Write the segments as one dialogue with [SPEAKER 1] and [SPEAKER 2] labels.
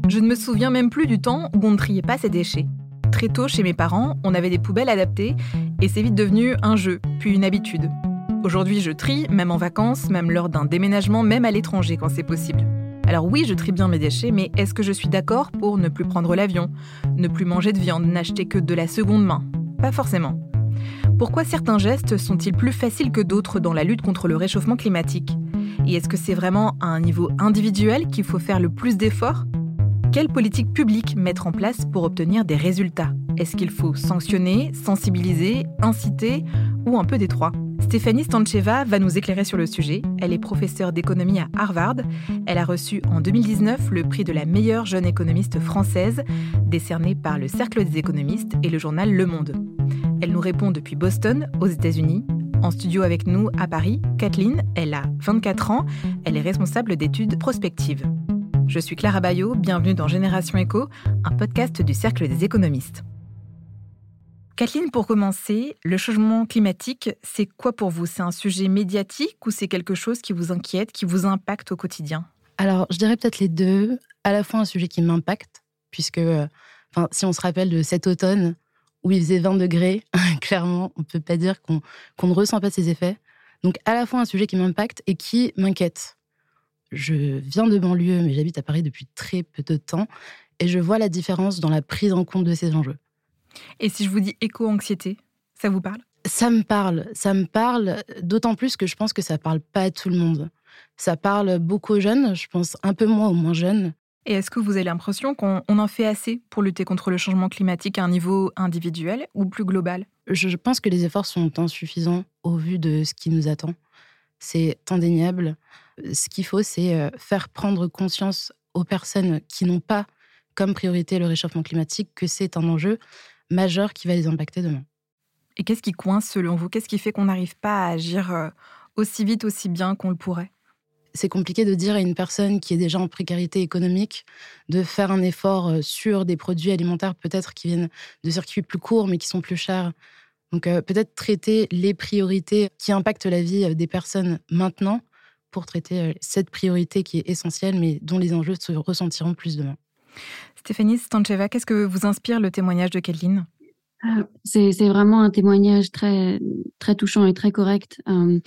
[SPEAKER 1] Je ne me souviens même plus du temps où on ne triait pas ses déchets. Très tôt, chez mes parents, on avait des poubelles adaptées et c'est vite devenu un jeu, puis une habitude. Aujourd'hui, je trie, même en vacances, même lors d'un déménagement, même à l'étranger quand c'est possible. Alors oui, je trie bien mes déchets, mais est-ce que je suis d'accord pour ne plus prendre l'avion, ne plus manger de viande, n'acheter que de la seconde main ? Pas forcément. Pourquoi certains gestes sont-ils plus faciles que d'autres dans la lutte contre le réchauffement climatique ? Et est-ce que c'est vraiment à un niveau individuel qu'il faut faire le plus d'efforts ? Quelle politique publique mettre en place pour obtenir des résultats ? Est-ce qu'il faut sanctionner, sensibiliser, inciter ou un peu des trois ? Stéphanie Stancheva va nous éclairer sur le sujet. Elle est professeure d'économie à Harvard. Elle a reçu en 2019 le prix de la meilleure jeune économiste française, décerné par le Cercle des économistes et le journal Le Monde. Elle nous répond depuis Boston, aux États-Unis. En studio avec nous à Paris, Kathleen, elle a 24 ans. Elle est responsable d'études prospectives. Je suis Clara Bayot, bienvenue dans Génération Éco, un podcast du Cercle des économistes. Kathleen, pour commencer, le changement climatique, c'est quoi pour vous ? C'est un sujet médiatique ou c'est quelque chose qui vous inquiète, qui vous impacte au quotidien ?
[SPEAKER 2] Alors, je dirais peut-être les deux. À la fois un sujet qui m'impacte, puisque si on se rappelle de cet automne où il faisait 20 degrés, clairement, on ne peut pas dire qu'on ne ressent pas ses effets. Donc, à la fois un sujet qui m'impacte et qui m'inquiète. Je viens de banlieue, mais j'habite à Paris depuis très peu de temps, et je vois la différence dans la prise en compte de ces enjeux.
[SPEAKER 1] Et si je vous dis éco-anxiété, ça vous parle ?
[SPEAKER 2] Ça me parle, d'autant plus que je pense que ça parle pas à tout le monde. Ça parle beaucoup aux jeunes, je pense un peu moins aux moins jeunes.
[SPEAKER 1] Et est-ce que vous avez l'impression qu'on en fait assez pour lutter contre le changement climatique à un niveau individuel ou plus global ?
[SPEAKER 2] Je pense que les efforts sont insuffisants au vu de ce qui nous attend. C'est indéniable. Ce qu'il faut, c'est faire prendre conscience aux personnes qui n'ont pas comme priorité le réchauffement climatique que c'est un enjeu majeur qui va les impacter demain.
[SPEAKER 1] Et qu'est-ce qui coince selon vous ? Qu'est-ce qui fait qu'on n'arrive pas à agir aussi vite, aussi bien qu'on le pourrait ?
[SPEAKER 2] C'est compliqué de dire à une personne qui est déjà en précarité économique de faire un effort sur des produits alimentaires peut-être qui viennent de circuits plus courts mais qui sont plus chers. Donc peut-être traiter les priorités qui impactent la vie des personnes maintenant pour traiter cette priorité qui est essentielle mais dont les enjeux se ressentiront plus demain.
[SPEAKER 1] Stéphanie Stancheva, qu'est-ce que vous inspire le témoignage de Kathleen ?
[SPEAKER 3] C'est vraiment un témoignage très, très touchant et très correct.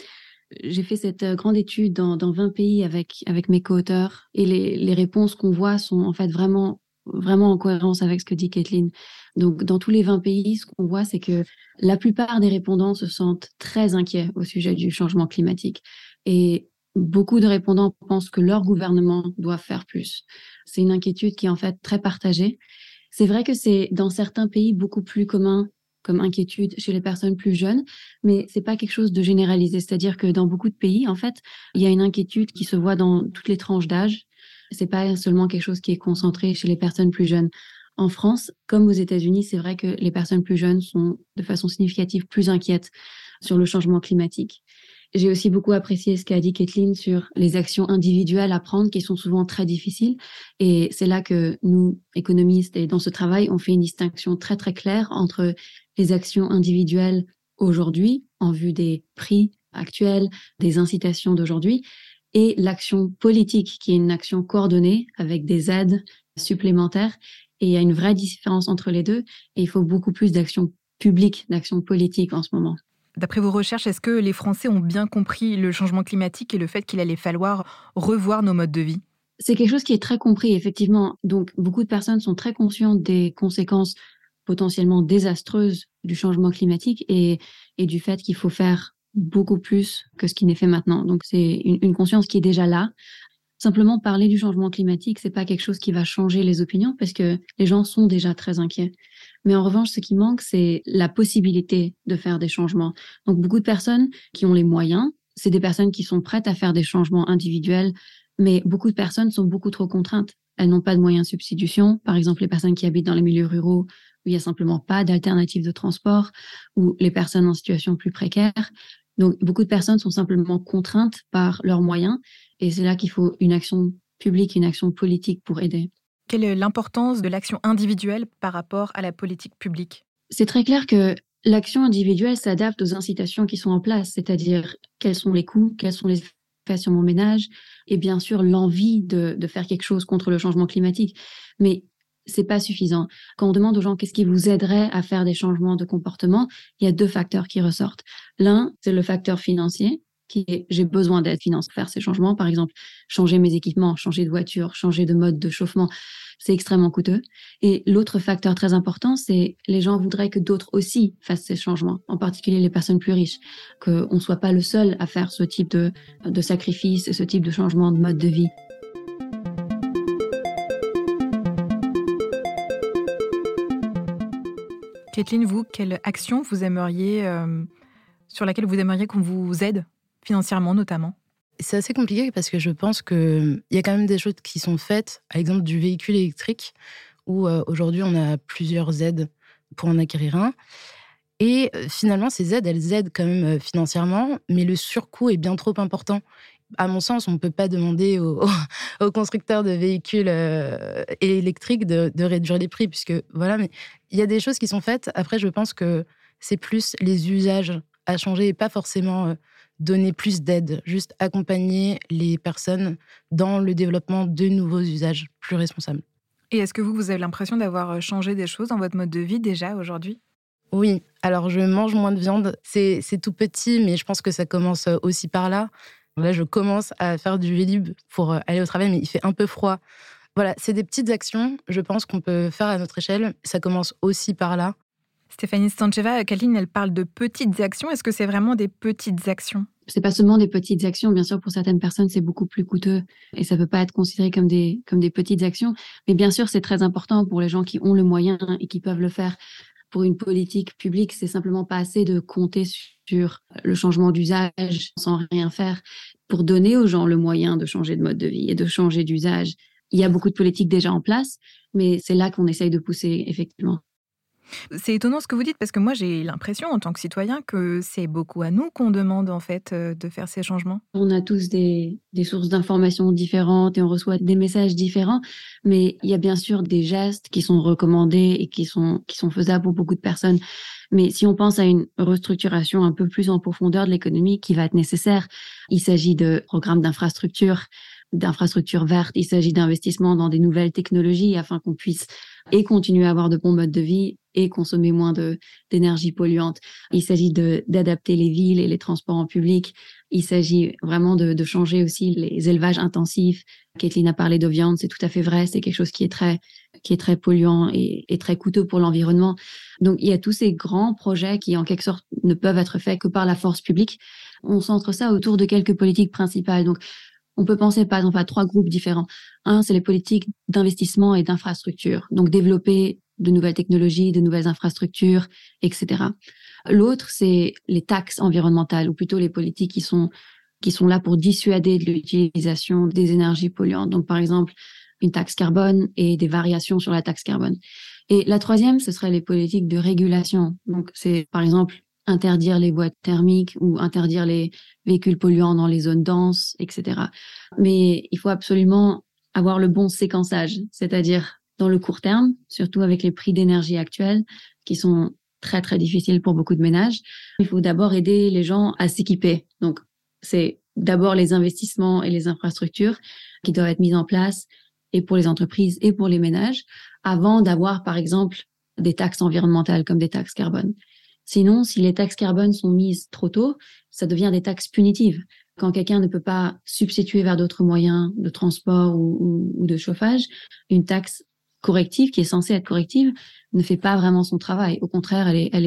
[SPEAKER 3] J'ai fait cette grande étude dans 20 pays avec mes co-auteurs et les réponses qu'on voit sont en fait vraiment en cohérence avec ce que dit Kathleen. Donc, dans tous les 20 pays, ce qu'on voit, c'est que la plupart des répondants se sentent très inquiets au sujet du changement climatique. Et beaucoup de répondants pensent que leur gouvernement doit faire plus. C'est une inquiétude qui est en fait très partagée. C'est vrai que c'est dans certains pays beaucoup plus commun comme inquiétude chez les personnes plus jeunes, mais c'est pas quelque chose de généralisé. C'est-à-dire que dans beaucoup de pays, en fait, il y a une inquiétude qui se voit dans toutes les tranches d'âge. C'est pas seulement quelque chose qui est concentré chez les personnes plus jeunes. En France, comme aux États-Unis, c'est vrai que les personnes plus jeunes sont de façon significative plus inquiètes sur le changement climatique. J'ai aussi beaucoup apprécié ce qu'a dit Kathleen sur les actions individuelles à prendre qui sont souvent très difficiles. Et c'est là que nous, économistes, et dans ce travail, on fait une distinction très, très claire entre les actions individuelles aujourd'hui, en vue des prix actuels, des incitations d'aujourd'hui, et l'action politique, qui est une action coordonnée avec des aides supplémentaires. Et il y a une vraie différence entre les deux. Et il faut beaucoup plus d'actions publiques, d'actions politiques en ce moment.
[SPEAKER 1] D'après vos recherches, est-ce que les Français ont bien compris le changement climatique et le fait qu'il allait falloir revoir nos modes de vie ?
[SPEAKER 3] C'est quelque chose qui est très compris, effectivement. Donc, beaucoup de personnes sont très conscientes des conséquences potentiellement désastreuses du changement climatique et du fait qu'il faut faire beaucoup plus que ce qui n'est fait maintenant. Donc, c'est une conscience qui est déjà là. Simplement, parler du changement climatique, c'est pas quelque chose qui va changer les opinions parce que les gens sont déjà très inquiets. Mais en revanche, ce qui manque, c'est la possibilité de faire des changements. Donc, beaucoup de personnes qui ont les moyens, c'est des personnes qui sont prêtes à faire des changements individuels, mais beaucoup de personnes sont beaucoup trop contraintes. Elles n'ont pas de moyens de substitution. Par exemple, les personnes qui habitent dans les milieux ruraux où il n'y a simplement pas d'alternative de transport ou les personnes en situation plus précaire. Donc, beaucoup de personnes sont simplement contraintes par leurs moyens et c'est là qu'il faut une action publique, une action politique pour aider.
[SPEAKER 1] Quelle est l'importance de l'action individuelle par rapport à la politique publique ?
[SPEAKER 3] C'est très clair que l'action individuelle s'adapte aux incitations qui sont en place, c'est-à-dire quels sont les coûts, quels sont les fait sur mon ménage et bien sûr l'envie de faire quelque chose contre le changement climatique. Mais c'est pas suffisant. Quand on demande aux gens qu'est-ce qui vous aiderait à faire des changements de comportement, il y a 2 facteurs qui ressortent. L'un, c'est le facteur financier, qui est j'ai besoin d'aide financière pour faire ces changements. Par exemple, changer mes équipements, changer de voiture, changer de mode de chauffement, c'est extrêmement coûteux. Et l'autre facteur très important, c'est les gens voudraient que d'autres aussi fassent ces changements, en particulier les personnes plus riches, qu'on ne soit pas le seul à faire ce type de sacrifice et ce type de changement de mode de vie.
[SPEAKER 1] Kathleen, vous, quelle action vous aimeriez, sur laquelle vous aimeriez qu'on vous aide, financièrement notamment ?
[SPEAKER 2] C'est assez compliqué parce que je pense qu'il y a quand même des choses qui sont faites, à l'exemple du véhicule électrique, où aujourd'hui on a plusieurs aides pour en acquérir un. Et finalement, ces aides, elles aident quand même financièrement, mais le surcoût est bien trop important. À mon sens, on ne peut pas demander aux constructeurs de véhicules électriques de réduire les prix, puisque voilà, mais il y a des choses qui sont faites. Après, je pense que c'est plus les usages à changer et pas forcément donner plus d'aide, juste accompagner les personnes dans le développement de nouveaux usages plus responsables.
[SPEAKER 1] Et est-ce que vous avez l'impression d'avoir changé des choses dans votre mode de vie déjà aujourd'hui ?
[SPEAKER 2] Oui, alors je mange moins de viande. C'est tout petit, mais je pense que ça commence aussi par là. Là, je commence à faire du Vélib pour aller au travail, mais il fait un peu froid. Voilà, c'est des petites actions, je pense, qu'on peut faire à notre échelle. Ça commence aussi par là.
[SPEAKER 1] Stéphanie Stancheva, Kathleen, elle parle de petites actions. Est-ce que c'est vraiment des petites actions ?
[SPEAKER 3] C'est pas seulement des petites actions. Bien sûr, pour certaines personnes, c'est beaucoup plus coûteux et ça peut pas être considéré comme des petites actions. Mais bien sûr, c'est très important pour les gens qui ont le moyen et qui peuvent le faire. Pour une politique publique, c'est simplement pas assez de compter sur le changement d'usage sans rien faire pour donner aux gens le moyen de changer de mode de vie et de changer d'usage. Il y a beaucoup de politiques déjà en place, mais c'est là qu'on essaye de pousser, effectivement.
[SPEAKER 1] C'est étonnant ce que vous dites, parce que moi, j'ai l'impression, en tant que citoyen, que c'est beaucoup à nous qu'on demande, en fait, de faire ces changements.
[SPEAKER 3] On a tous des sources d'informations différentes et on reçoit des messages différents, mais il y a bien sûr des gestes qui sont recommandés et qui sont faisables pour beaucoup de personnes. Mais si on pense à une restructuration un peu plus en profondeur de l'économie qui va être nécessaire, il s'agit de programmes d'infrastructures vertes, il s'agit d'investissements dans des nouvelles technologies afin qu'on puisse et continuer à avoir de bons modes de vie et consommer moins d'énergie polluante. Il s'agit d'adapter les villes et les transports en public. Il s'agit vraiment de changer aussi les élevages intensifs. Kathleen a parlé de viande, c'est tout à fait vrai. C'est quelque chose qui est très polluant et très coûteux pour l'environnement. Donc, il y a tous ces grands projets qui, en quelque sorte, ne peuvent être faits que par la force publique. On centre ça autour de quelques politiques principales. Donc, on peut penser, par exemple, à 3 groupes différents. Un, c'est les politiques d'investissement et d'infrastructure. Donc, développer de nouvelles technologies, de nouvelles infrastructures, etc. L'autre, c'est les taxes environnementales, ou plutôt les politiques qui sont là pour dissuader de l'utilisation des énergies polluantes. Donc, par exemple, une taxe carbone et des variations sur la taxe carbone. Et la troisième, ce serait les politiques de régulation. Donc, c'est, par exemple, interdire les boîtes thermiques ou interdire les véhicules polluants dans les zones denses, etc. Mais il faut absolument avoir le bon séquençage, c'est-à-dire dans le court terme, surtout avec les prix d'énergie actuels qui sont très, très difficiles pour beaucoup de ménages. Il faut d'abord aider les gens à s'équiper. Donc, c'est d'abord les investissements et les infrastructures qui doivent être mises en place et pour les entreprises et pour les ménages avant d'avoir, par exemple, des taxes environnementales comme des taxes carbone. Sinon, si les taxes carbone sont mises trop tôt, ça devient des taxes punitives. Quand quelqu'un ne peut pas substituer vers d'autres moyens de transport ou de chauffage, une taxe corrective, qui est censée être corrective, ne fait pas vraiment son travail. Au contraire,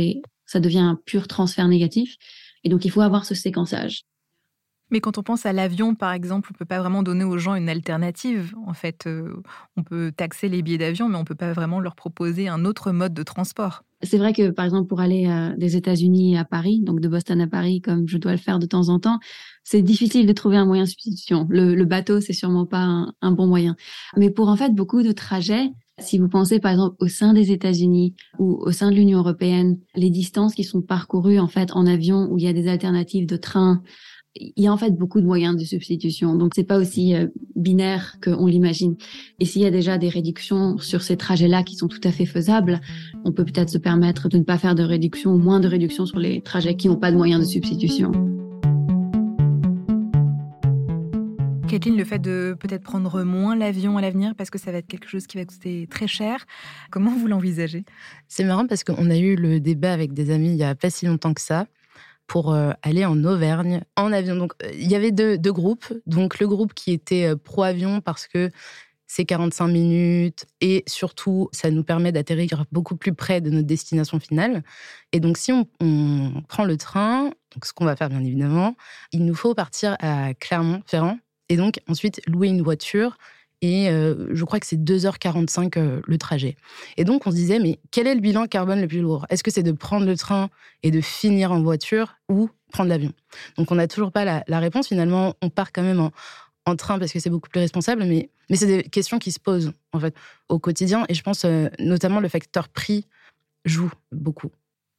[SPEAKER 3] ça devient un pur transfert négatif. Et donc, il faut avoir ce séquençage.
[SPEAKER 1] Mais quand on pense à l'avion, par exemple, on ne peut pas vraiment donner aux gens une alternative. En fait, on peut taxer les billets d'avion, mais on ne peut pas vraiment leur proposer un autre mode de transport.
[SPEAKER 3] C'est vrai que, par exemple, pour aller des États-Unis à Paris, donc de Boston à Paris, comme je dois le faire de temps en temps, c'est difficile de trouver un moyen de substitution. Le bateau, c'est sûrement pas un bon moyen. Mais pour en fait beaucoup de trajets, si vous pensez par exemple au sein des États-Unis ou au sein de l'Union européenne, les distances qui sont parcourues en fait en avion où il y a des alternatives de train, il y a en fait beaucoup de moyens de substitution. Donc, c'est pas aussi binaire qu'on l'imagine. Et s'il y a déjà des réductions sur ces trajets-là qui sont tout à fait faisables, on peut peut-être se permettre de ne pas faire de réduction ou moins de réduction sur les trajets qui n'ont pas de moyens de substitution.
[SPEAKER 1] Caitlin, le fait de peut-être prendre moins l'avion à l'avenir parce que ça va être quelque chose qui va coûter très cher, comment vous l'envisagez ?
[SPEAKER 2] C'est marrant parce qu'on a eu le débat avec des amis il n'y a pas si longtemps que ça pour aller en Auvergne en avion. Donc, il y avait deux groupes. Donc, le groupe qui était pro-avion parce que c'est 45 minutes et surtout, ça nous permet d'atterrir beaucoup plus près de notre destination finale. Et donc, si on prend le train, donc ce qu'on va faire bien évidemment, il nous faut partir à Clermont-Ferrand et donc ensuite louer une voiture. Et je crois que c'est 2h45 le trajet. Et donc, on se disait, mais quel est le bilan carbone le plus lourd ? Est-ce que c'est de prendre le train et de finir en voiture ou prendre l'avion ? Donc, on n'a toujours pas la réponse. Finalement, on part quand même en train parce que c'est beaucoup plus responsable, mais c'est des questions qui se posent en fait au quotidien. Et je pense notamment le facteur prix joue beaucoup.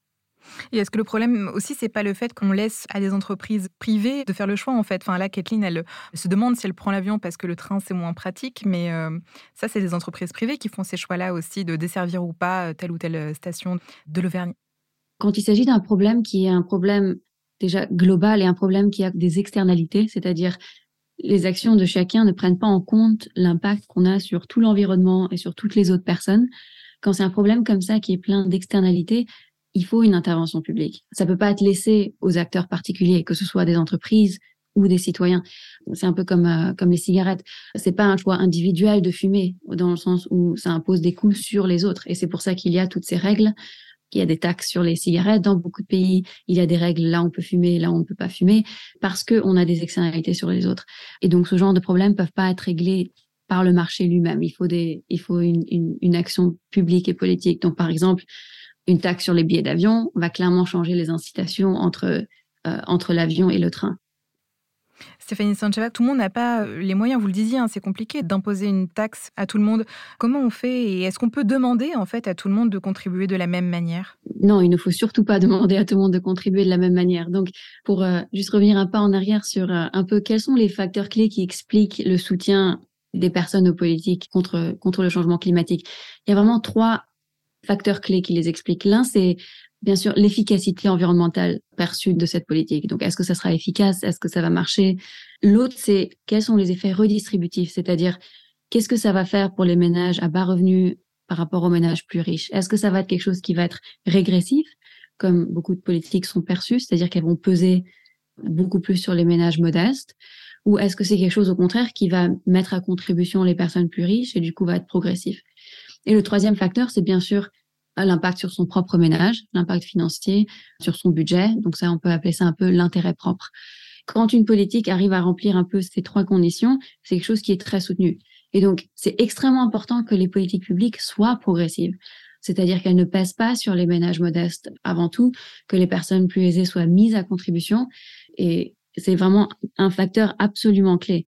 [SPEAKER 1] Et est-ce que le problème aussi, c'est pas le fait qu'on laisse à des entreprises privées de faire le choix en fait ? Enfin là, Caitlin, elle se demande si elle prend l'avion parce que le train c'est moins pratique, mais ça, c'est des entreprises privées qui font ces choix-là aussi de desservir ou pas telle ou telle station de l'Auvergne.
[SPEAKER 3] Quand il s'agit d'un problème qui est un problème déjà global et un problème qui a des externalités, c'est-à-dire les actions de chacun ne prennent pas en compte l'impact qu'on a sur tout l'environnement et sur toutes les autres personnes. Quand c'est un problème comme ça qui est plein d'externalités, il faut une intervention publique. Ça peut pas être laissé aux acteurs particuliers, que ce soit des entreprises ou des citoyens. C'est un peu comme les cigarettes. C'est pas un choix individuel de fumer, dans le sens où ça impose des coûts sur les autres. Et c'est pour ça qu'il y a toutes ces règles. Il y a des taxes sur les cigarettes. Dans beaucoup de pays, il y a des règles. Là, on peut fumer, là, on ne peut pas fumer, parce qu'on a des externalités sur les autres. Et donc, ce genre de problèmes peuvent pas être réglés par le marché lui-même. Il faut une action publique et politique. Donc, par exemple, une taxe sur les billets d'avion va clairement changer les incitations entre l'avion et le train.
[SPEAKER 1] Stéphanie Sancheva, tout le monde n'a pas les moyens, vous le disiez, c'est compliqué d'imposer une taxe à tout le monde. Comment on fait et est-ce qu'on peut demander en fait à tout le monde de contribuer de la même manière ?
[SPEAKER 3] Non, il ne faut surtout pas demander à tout le monde de contribuer de la même manière. Donc, pour juste revenir un pas en arrière sur un peu quels sont les facteurs clés qui expliquent le soutien des personnes aux politiques contre le changement climatique. Il y a vraiment 3 facteurs clés qui les expliquent. L'un, c'est bien sûr l'efficacité environnementale perçue de cette politique. Donc, est-ce que ça sera efficace ? Est-ce que ça va marcher ? L'autre, c'est quels sont les effets redistributifs, c'est-à-dire qu'est-ce que ça va faire pour les ménages à bas revenus par rapport aux ménages plus riches ? Est-ce que ça va être quelque chose qui va être régressif, comme beaucoup de politiques sont perçues, c'est-à-dire qu'elles vont peser beaucoup plus sur les ménages modestes ? Ou est-ce que c'est quelque chose au contraire qui va mettre à contribution les personnes plus riches et du coup va être progressif ? Et le troisième facteur, c'est bien sûr l'impact sur son propre ménage, l'impact financier, sur son budget. Donc ça, on peut appeler ça un peu l'intérêt propre. Quand une politique arrive à remplir un peu ces 3 conditions, c'est quelque chose qui est très soutenu. Et donc, c'est extrêmement important que les politiques publiques soient progressives. C'est-à-dire qu'elles ne pèsent pas sur les ménages modestes avant tout, que les personnes plus aisées soient mises à contribution. Et c'est vraiment un facteur absolument clé.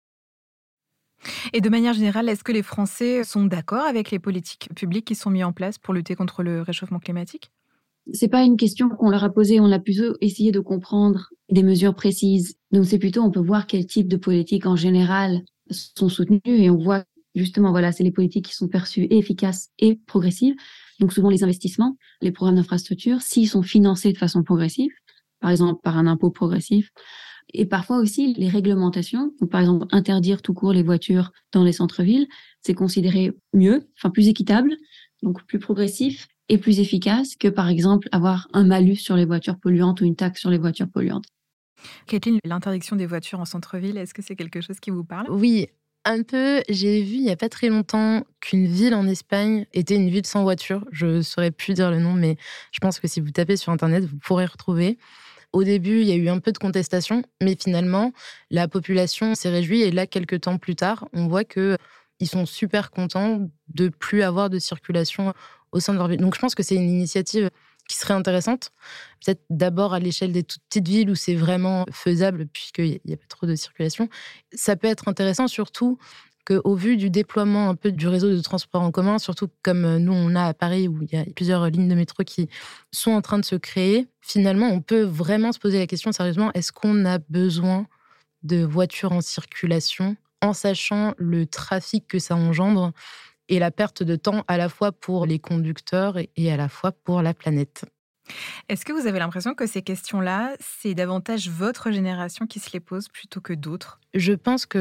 [SPEAKER 1] Et de manière générale, est-ce que les Français sont d'accord avec les politiques publiques qui sont mises en place pour lutter contre le réchauffement climatique ?
[SPEAKER 3] C'est pas une question qu'on leur a posée, on a plutôt essayé de comprendre des mesures précises. Donc c'est plutôt, on peut voir quel type de politiques en général sont soutenues et on voit justement, voilà, c'est les politiques qui sont perçues efficaces et progressives. Donc souvent les investissements, les programmes d'infrastructure, s'ils sont financés de façon progressive, par exemple par un impôt progressif, et parfois aussi les réglementations. Donc, par exemple, interdire tout court les voitures dans les centres-villes, c'est considéré mieux, enfin plus équitable, donc plus progressif et plus efficace que, par exemple, avoir un malus sur les voitures polluantes ou une taxe sur les voitures polluantes.
[SPEAKER 1] Caitlin, l'interdiction des voitures en centre-ville, est-ce que c'est quelque chose qui vous parle ?
[SPEAKER 2] Oui, un peu. J'ai vu il n'y a pas très longtemps qu'une ville en Espagne était une ville sans voiture. Je ne saurais plus dire le nom, mais je pense que si vous tapez sur Internet, vous pourrez retrouver. Au début, il y a eu un peu de contestation, mais finalement, la population s'est réjouie. Et là, quelques temps plus tard, on voit qu'ils sont super contents de ne plus avoir de circulation au sein de leur ville. Donc, je pense que c'est une initiative qui serait intéressante. Peut-être d'abord à l'échelle des toutes petites villes où c'est vraiment faisable, puisqu'il n'y a pas trop de circulation. Ça peut être intéressant, surtout qu'au vu du déploiement un peu du réseau de transport en commun, surtout comme nous on a à Paris où il y a plusieurs lignes de métro qui sont en train de se créer, finalement on peut vraiment se poser la question sérieusement, est-ce qu'on a besoin de voitures en circulation en sachant le trafic que ça engendre et la perte de temps à la fois pour les conducteurs et à la fois pour la planète.
[SPEAKER 1] Est-ce que vous avez l'impression que ces questions-là, c'est davantage votre génération qui se les pose plutôt que d'autres ?
[SPEAKER 2] Je pense que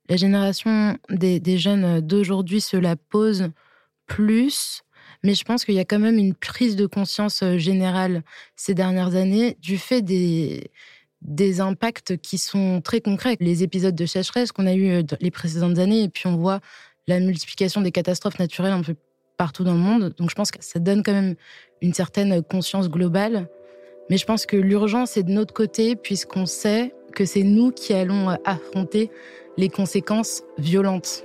[SPEAKER 2] la génération des jeunes d'aujourd'hui se la pose plus, mais je pense qu'il y a quand même une prise de conscience générale ces dernières années du fait des impacts qui sont très concrets. Les épisodes de sécheresse qu'on a eu les précédentes années, et puis on voit la multiplication des catastrophes naturelles un peu partout dans le monde. Donc je pense que ça donne quand même une certaine conscience globale. Mais je pense que l'urgence est de notre côté, puisqu'on sait que c'est nous qui allons affronter les conséquences violentes.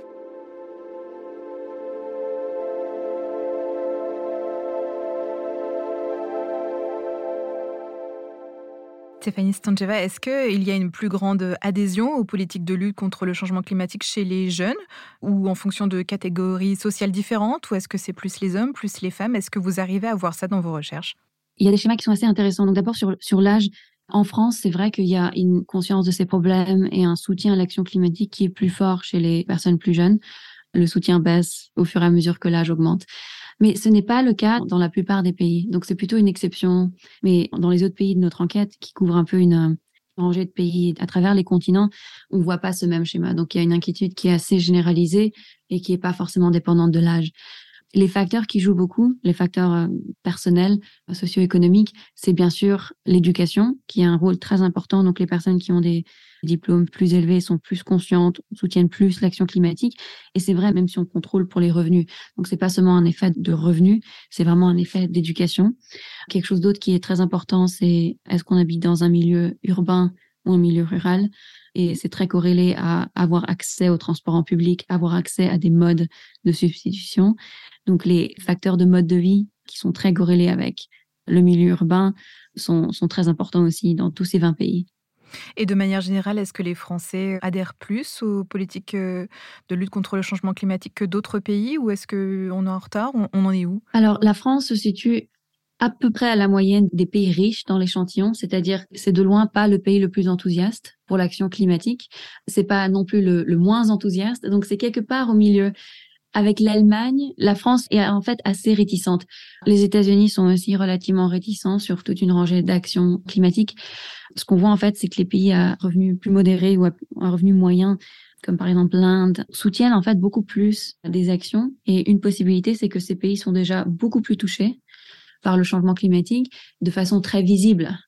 [SPEAKER 1] Stéphanie Stancheva, est-ce qu'il y a une plus grande adhésion aux politiques de lutte contre le changement climatique chez les jeunes ou en fonction de catégories sociales différentes, ou est-ce que c'est plus les hommes, plus les femmes? Est-ce que vous arrivez à voir ça dans vos recherches?
[SPEAKER 3] Il y a des schémas qui sont assez intéressants. Donc d'abord sur l'âge, en France, c'est vrai qu'il y a une conscience de ces problèmes et un soutien à l'action climatique qui est plus fort chez les personnes plus jeunes. Le soutien baisse au fur et à mesure que l'âge augmente. Mais ce n'est pas le cas dans la plupart des pays. Donc c'est plutôt une exception. Mais dans les autres pays de notre enquête, qui couvre un peu une rangée de pays à travers les continents, on ne voit pas ce même schéma. Donc il y a une inquiétude qui est assez généralisée et qui n'est pas forcément dépendante de l'âge. Les facteurs qui jouent beaucoup, les facteurs personnels, socio-économiques, c'est bien sûr l'éducation, qui a un rôle très important. Donc les personnes qui ont des diplômes plus élevés sont plus conscientes, soutiennent plus l'action climatique. Et c'est vrai, même si on contrôle pour les revenus. Donc c'est pas seulement un effet de revenus, c'est vraiment un effet d'éducation. Quelque chose d'autre qui est très important, c'est est-ce qu'on habite dans un milieu urbain ou un milieu rural? Et c'est très corrélé à avoir accès au transport en public, avoir accès à des modes de substitution. Donc les facteurs de mode de vie qui sont très corrélés avec le milieu urbain sont très importants aussi dans tous ces 20 pays.
[SPEAKER 1] Et de manière générale, est-ce que les Français adhèrent plus aux politiques de lutte contre le changement climatique que d'autres pays, ou est-ce qu'on est en retard? On en est où?
[SPEAKER 3] Alors la France se situe à peu près à la moyenne des pays riches dans l'échantillon, c'est-à-dire c'est de loin pas le pays le plus enthousiaste pour l'action climatique, c'est pas non plus le moins enthousiaste, donc c'est quelque part au milieu. Avec l'Allemagne, la France est en fait assez réticente. Les États-Unis sont aussi relativement réticents sur toute une rangée d'actions climatiques. Ce qu'on voit en fait, c'est que les pays à revenus plus modérés ou à un revenu moyen, comme par exemple l'Inde, soutiennent en fait beaucoup plus des actions. Et une possibilité, c'est que ces pays sont déjà beaucoup plus touchés par le changement climatique de façon très visible.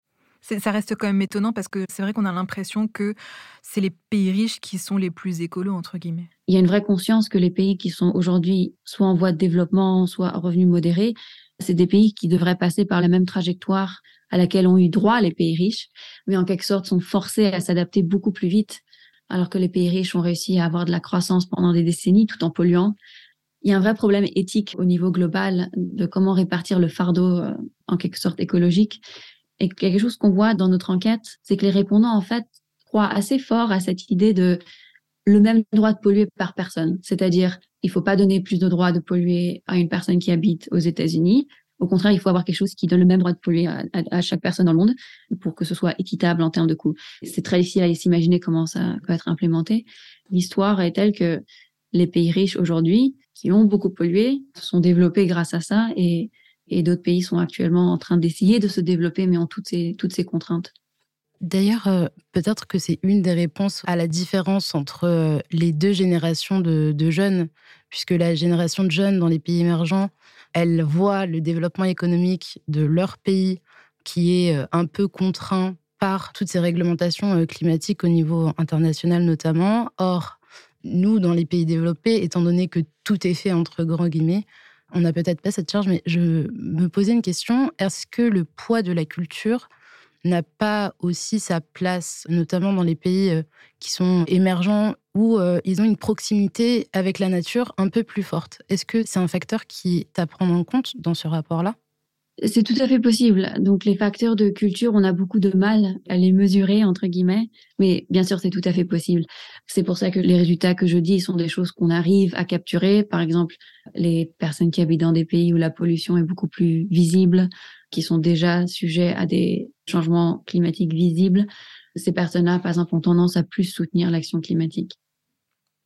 [SPEAKER 1] Ça reste quand même étonnant parce que c'est vrai qu'on a l'impression que c'est les pays riches qui sont les plus écolos, entre guillemets.
[SPEAKER 3] Il y a une vraie conscience que les pays qui sont aujourd'hui soit en voie de développement, soit à revenus modérés, c'est des pays qui devraient passer par la même trajectoire à laquelle ont eu droit les pays riches, mais en quelque sorte sont forcés à s'adapter beaucoup plus vite, alors que les pays riches ont réussi à avoir de la croissance pendant des décennies tout en polluant. Il y a un vrai problème éthique au niveau global de comment répartir le fardeau en quelque sorte écologique. Et quelque chose qu'on voit dans notre enquête, c'est que les répondants, en fait, croient assez fort à cette idée de le même droit de polluer par personne. C'est-à-dire, il faut pas donner plus de droit de polluer à une personne qui habite aux États-Unis. Au contraire, il faut avoir quelque chose qui donne le même droit de polluer à chaque personne dans le monde pour que ce soit équitable en termes de coûts. C'est très difficile à s'imaginer comment ça peut être implémenté. L'histoire est telle que les pays riches aujourd'hui, qui ont beaucoup pollué, se sont développés grâce à ça et d'autres pays sont actuellement en train d'essayer de se développer, mais ont toutes ces contraintes.
[SPEAKER 2] D'ailleurs, peut-être que c'est une des réponses à la différence entre les deux générations de jeunes, puisque la génération de jeunes dans les pays émergents, elle voit le développement économique de leur pays qui est un peu contraint par toutes ces réglementations climatiques au niveau international notamment. Or, nous, dans les pays développés, étant donné que tout est fait entre grands guillemets, on n'a peut-être pas cette charge, mais je me posais une question. Est-ce que le poids de la culture n'a pas aussi sa place, notamment dans les pays qui sont émergents, où ils ont une proximité avec la nature un peu plus forte? Est-ce que c'est un facteur qui est à prendre en compte dans ce rapport-là?
[SPEAKER 3] C'est tout à fait possible. Donc, les facteurs de culture, on a beaucoup de mal à les mesurer, entre guillemets. Mais bien sûr, c'est tout à fait possible. C'est pour ça que les résultats que je dis sont des choses qu'on arrive à capturer. Par exemple, les personnes qui habitent dans des pays où la pollution est beaucoup plus visible, qui sont déjà sujets à des changements climatiques visibles, ces personnes-là, par exemple, ont tendance à plus soutenir l'action climatique.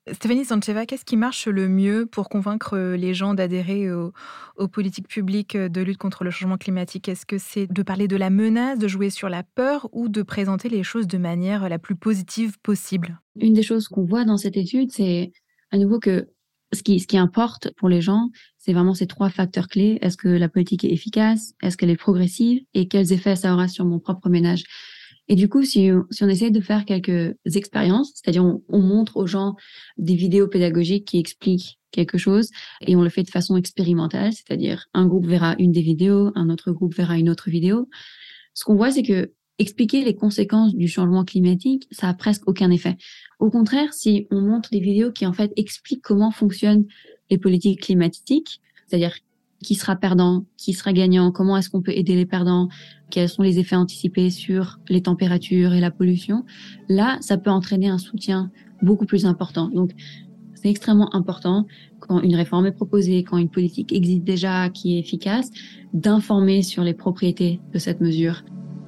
[SPEAKER 1] Stéphanie Stantcheva, qu'est-ce qui marche le mieux pour convaincre les gens d'adhérer aux politiques publiques de lutte contre le changement climatique ? Est-ce que c'est de parler de la menace, de jouer sur la peur ou de présenter les choses de manière la plus positive possible ?
[SPEAKER 3] Une des choses qu'on voit dans cette étude, c'est à nouveau que ce qui importe pour les gens, c'est vraiment ces 3 facteurs clés. Est-ce que la politique est efficace ? Est-ce qu'elle est progressive ? Et quels effets ça aura sur mon propre ménage ? Et du coup, si on essaie de faire quelques expériences, c'est-à-dire on montre aux gens des vidéos pédagogiques qui expliquent quelque chose et on le fait de façon expérimentale, c'est-à-dire un groupe verra une des vidéos, un autre groupe verra une autre vidéo. Ce qu'on voit, c'est que expliquer les conséquences du changement climatique, ça a presque aucun effet. Au contraire, si on montre des vidéos qui en fait expliquent comment fonctionnent les politiques climatiques, c'est-à-dire qui sera perdant, qui sera gagnant, comment est-ce qu'on peut aider les perdants, quels sont les effets anticipés sur les températures et la pollution, là, ça peut entraîner un soutien beaucoup plus important. Donc, c'est extrêmement important, quand une réforme est proposée, quand une politique existe déjà, qui est efficace, d'informer sur les propriétés de cette mesure.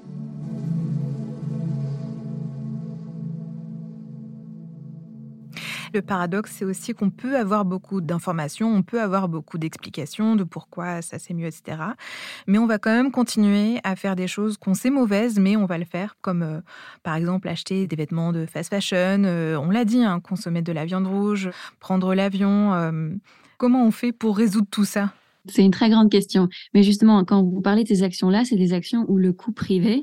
[SPEAKER 1] Le paradoxe, c'est aussi qu'on peut avoir beaucoup d'informations, on peut avoir beaucoup d'explications de pourquoi ça c'est mieux, etc. Mais on va quand même continuer à faire des choses qu'on sait mauvaises, mais on va le faire, comme par exemple acheter des vêtements de fast fashion, on l'a dit, consommer de la viande rouge, prendre l'avion. Comment on fait pour résoudre tout ça ?
[SPEAKER 3] C'est une très grande question. Mais justement, quand vous parlez de ces actions-là, c'est des actions où le coût privé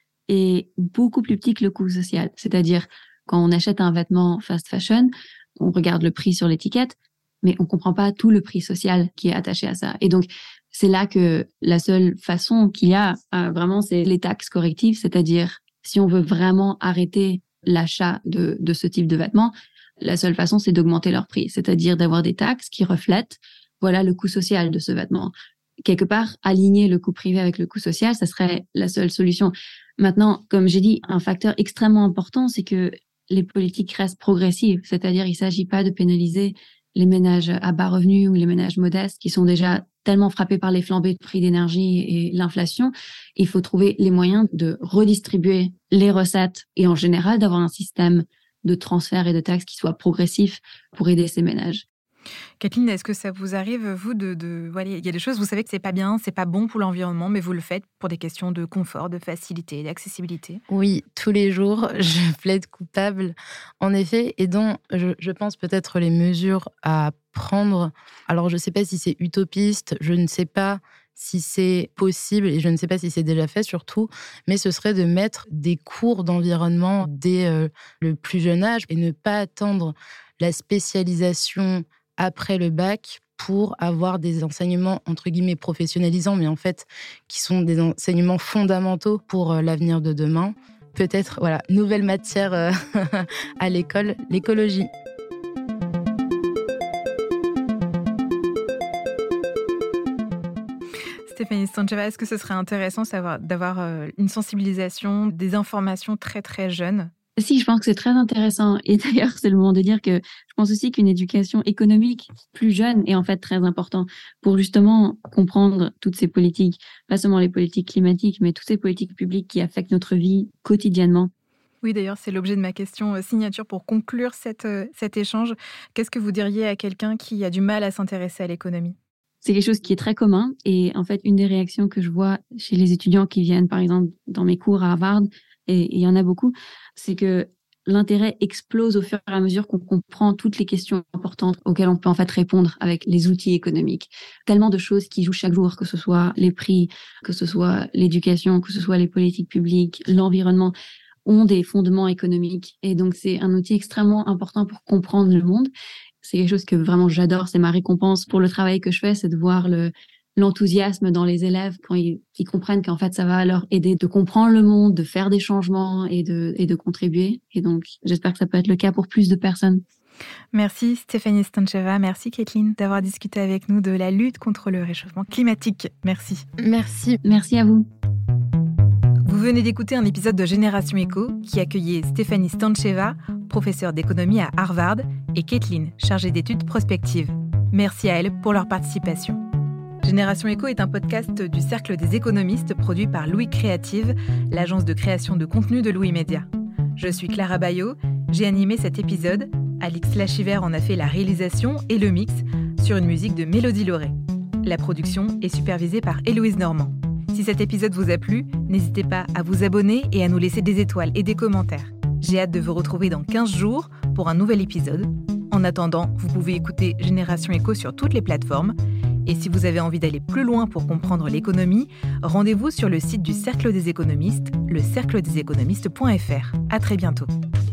[SPEAKER 3] est beaucoup plus petit que le coût social. C'est-à-dire, quand on achète un vêtement fast fashion, on regarde le prix sur l'étiquette, mais on comprend pas tout le prix social qui est attaché à ça. Et donc, c'est là que la seule façon qu'il y a, vraiment, c'est les taxes correctives. C'est-à-dire, si on veut vraiment arrêter l'achat de ce type de vêtements, la seule façon, c'est d'augmenter leur prix. C'est-à-dire d'avoir des taxes qui reflètent, voilà, le coût social de ce vêtement. Quelque part, aligner le coût privé avec le coût social, ça serait la seule solution. Maintenant, comme j'ai dit, un facteur extrêmement important, c'est que les politiques restent progressives, c'est-à-dire il ne s'agit pas de pénaliser les ménages à bas revenus ou les ménages modestes qui sont déjà tellement frappés par les flambées de prix d'énergie et l'inflation. Il faut trouver les moyens de redistribuer les recettes et en général d'avoir un système de transfert et de taxes qui soit progressif pour aider ces ménages.
[SPEAKER 1] Kathleen, est-ce que ça vous arrive, vous, voilà, il y a des choses, vous savez que c'est pas bien, c'est pas bon pour l'environnement, mais vous le faites pour des questions de confort, de facilité, d'accessibilité ?
[SPEAKER 2] Oui, tous les jours, je plaide coupable, en effet, et dont je pense peut-être les mesures à prendre. Alors, je ne sais pas si c'est utopiste, je ne sais pas si c'est possible, et je ne sais pas si c'est déjà fait surtout, mais ce serait de mettre des cours d'environnement dès le plus jeune âge et ne pas attendre la spécialisation après le bac pour avoir des enseignements entre guillemets professionnalisants, mais en fait qui sont des enseignements fondamentaux pour l'avenir de demain. Peut-être, voilà, nouvelle matière à l'école, l'écologie.
[SPEAKER 1] Stéphanie Stantcheva, est-ce que ce serait intéressant d'avoir une sensibilisation, des informations très très jeunes ?
[SPEAKER 3] Si, je pense que c'est très intéressant. Et d'ailleurs, c'est le moment de dire que je pense aussi qu'une éducation économique plus jeune est en fait très important pour justement comprendre toutes ces politiques, pas seulement les politiques climatiques, mais toutes ces politiques publiques qui affectent notre vie quotidiennement.
[SPEAKER 1] Oui, d'ailleurs, c'est l'objet de ma question signature pour conclure cet échange. Qu'est-ce que vous diriez à quelqu'un qui a du mal à s'intéresser à l'économie ?
[SPEAKER 3] C'est quelque chose qui est très commun. Et en fait, une des réactions que je vois chez les étudiants qui viennent, par exemple, dans mes cours à Harvard, et il y en a beaucoup, c'est que l'intérêt explose au fur et à mesure qu'on comprend toutes les questions importantes auxquelles on peut en fait répondre avec les outils économiques. Tellement de choses qui jouent chaque jour, que ce soit les prix, que ce soit l'éducation, que ce soit les politiques publiques, l'environnement, ont des fondements économiques. Et donc, c'est un outil extrêmement important pour comprendre le monde. C'est quelque chose que vraiment j'adore. C'est ma récompense pour le travail que je fais, c'est de voir l'enthousiasme dans les élèves quand ils comprennent qu'en fait, ça va leur aider de comprendre le monde, de faire des changements et de contribuer. Et donc, j'espère que ça peut être le cas pour plus de personnes.
[SPEAKER 1] Merci Stéphanie Stantcheva, merci Kathleen d'avoir discuté avec nous de la lutte contre le réchauffement climatique. Merci.
[SPEAKER 2] Merci.
[SPEAKER 3] Merci à vous.
[SPEAKER 1] Vous venez d'écouter un épisode de Génération Éco qui accueillait Stéphanie Stantcheva, professeure d'économie à Harvard, et Kathleen, chargée d'études prospectives. Merci à elles pour leur participation. Génération Éco est un podcast du Cercle des économistes produit par Louis Créative, l'agence de création de contenu de Louis Média. Je suis Clara Bayot, j'ai animé cet épisode. Alix Lachiver en a fait la réalisation et le mix sur une musique de Mélodie Lauré. La production est supervisée par Héloïse Normand. Si cet épisode vous a plu, n'hésitez pas à vous abonner et à nous laisser des étoiles et des commentaires. J'ai hâte de vous retrouver dans 15 jours pour un nouvel épisode. En attendant, vous pouvez écouter Génération Éco sur toutes les plateformes. Et si vous avez envie d'aller plus loin pour comprendre l'économie, rendez-vous sur le site du Cercle des économistes, lecercledeséconomistes.fr. À très bientôt.